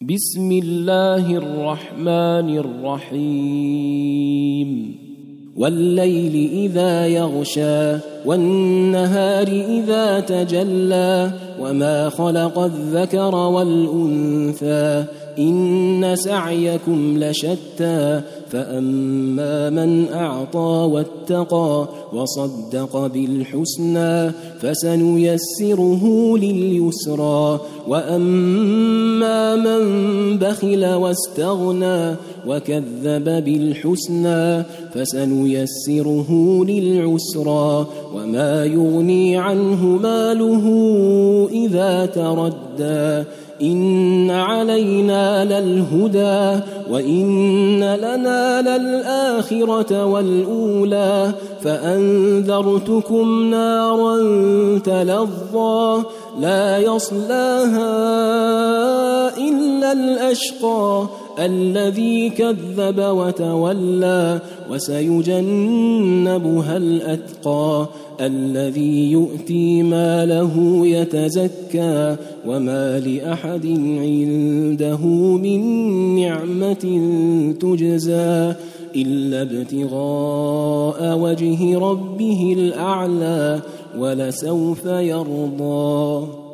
بسم الله الرحمن الرحيم والليل إذا يغشى والنهار إذا تجلى وما خلق الذكر والأنثى إن سعيكم لشتى فأما من أعطى واتقى وصدق بالحسنى فسنيسره لليسرى وأما من بخل واستغنى وكذب بالحسنى فسنيسره للعسرى وما يغني عنه ماله إذا تردى إن علينا للهدى وإن لنا للآخرة والأولى فأنذرتكم نارا تلظى لا يصلاها إلا الأشقى الذي كذب وتولى وسيجنبها الأتقى الذي يؤتي ماله يتزكى وما لأحد عنده من نعمة تجزى إلا ابتغاء وجه ربه الأعلى ولسوف يرضى.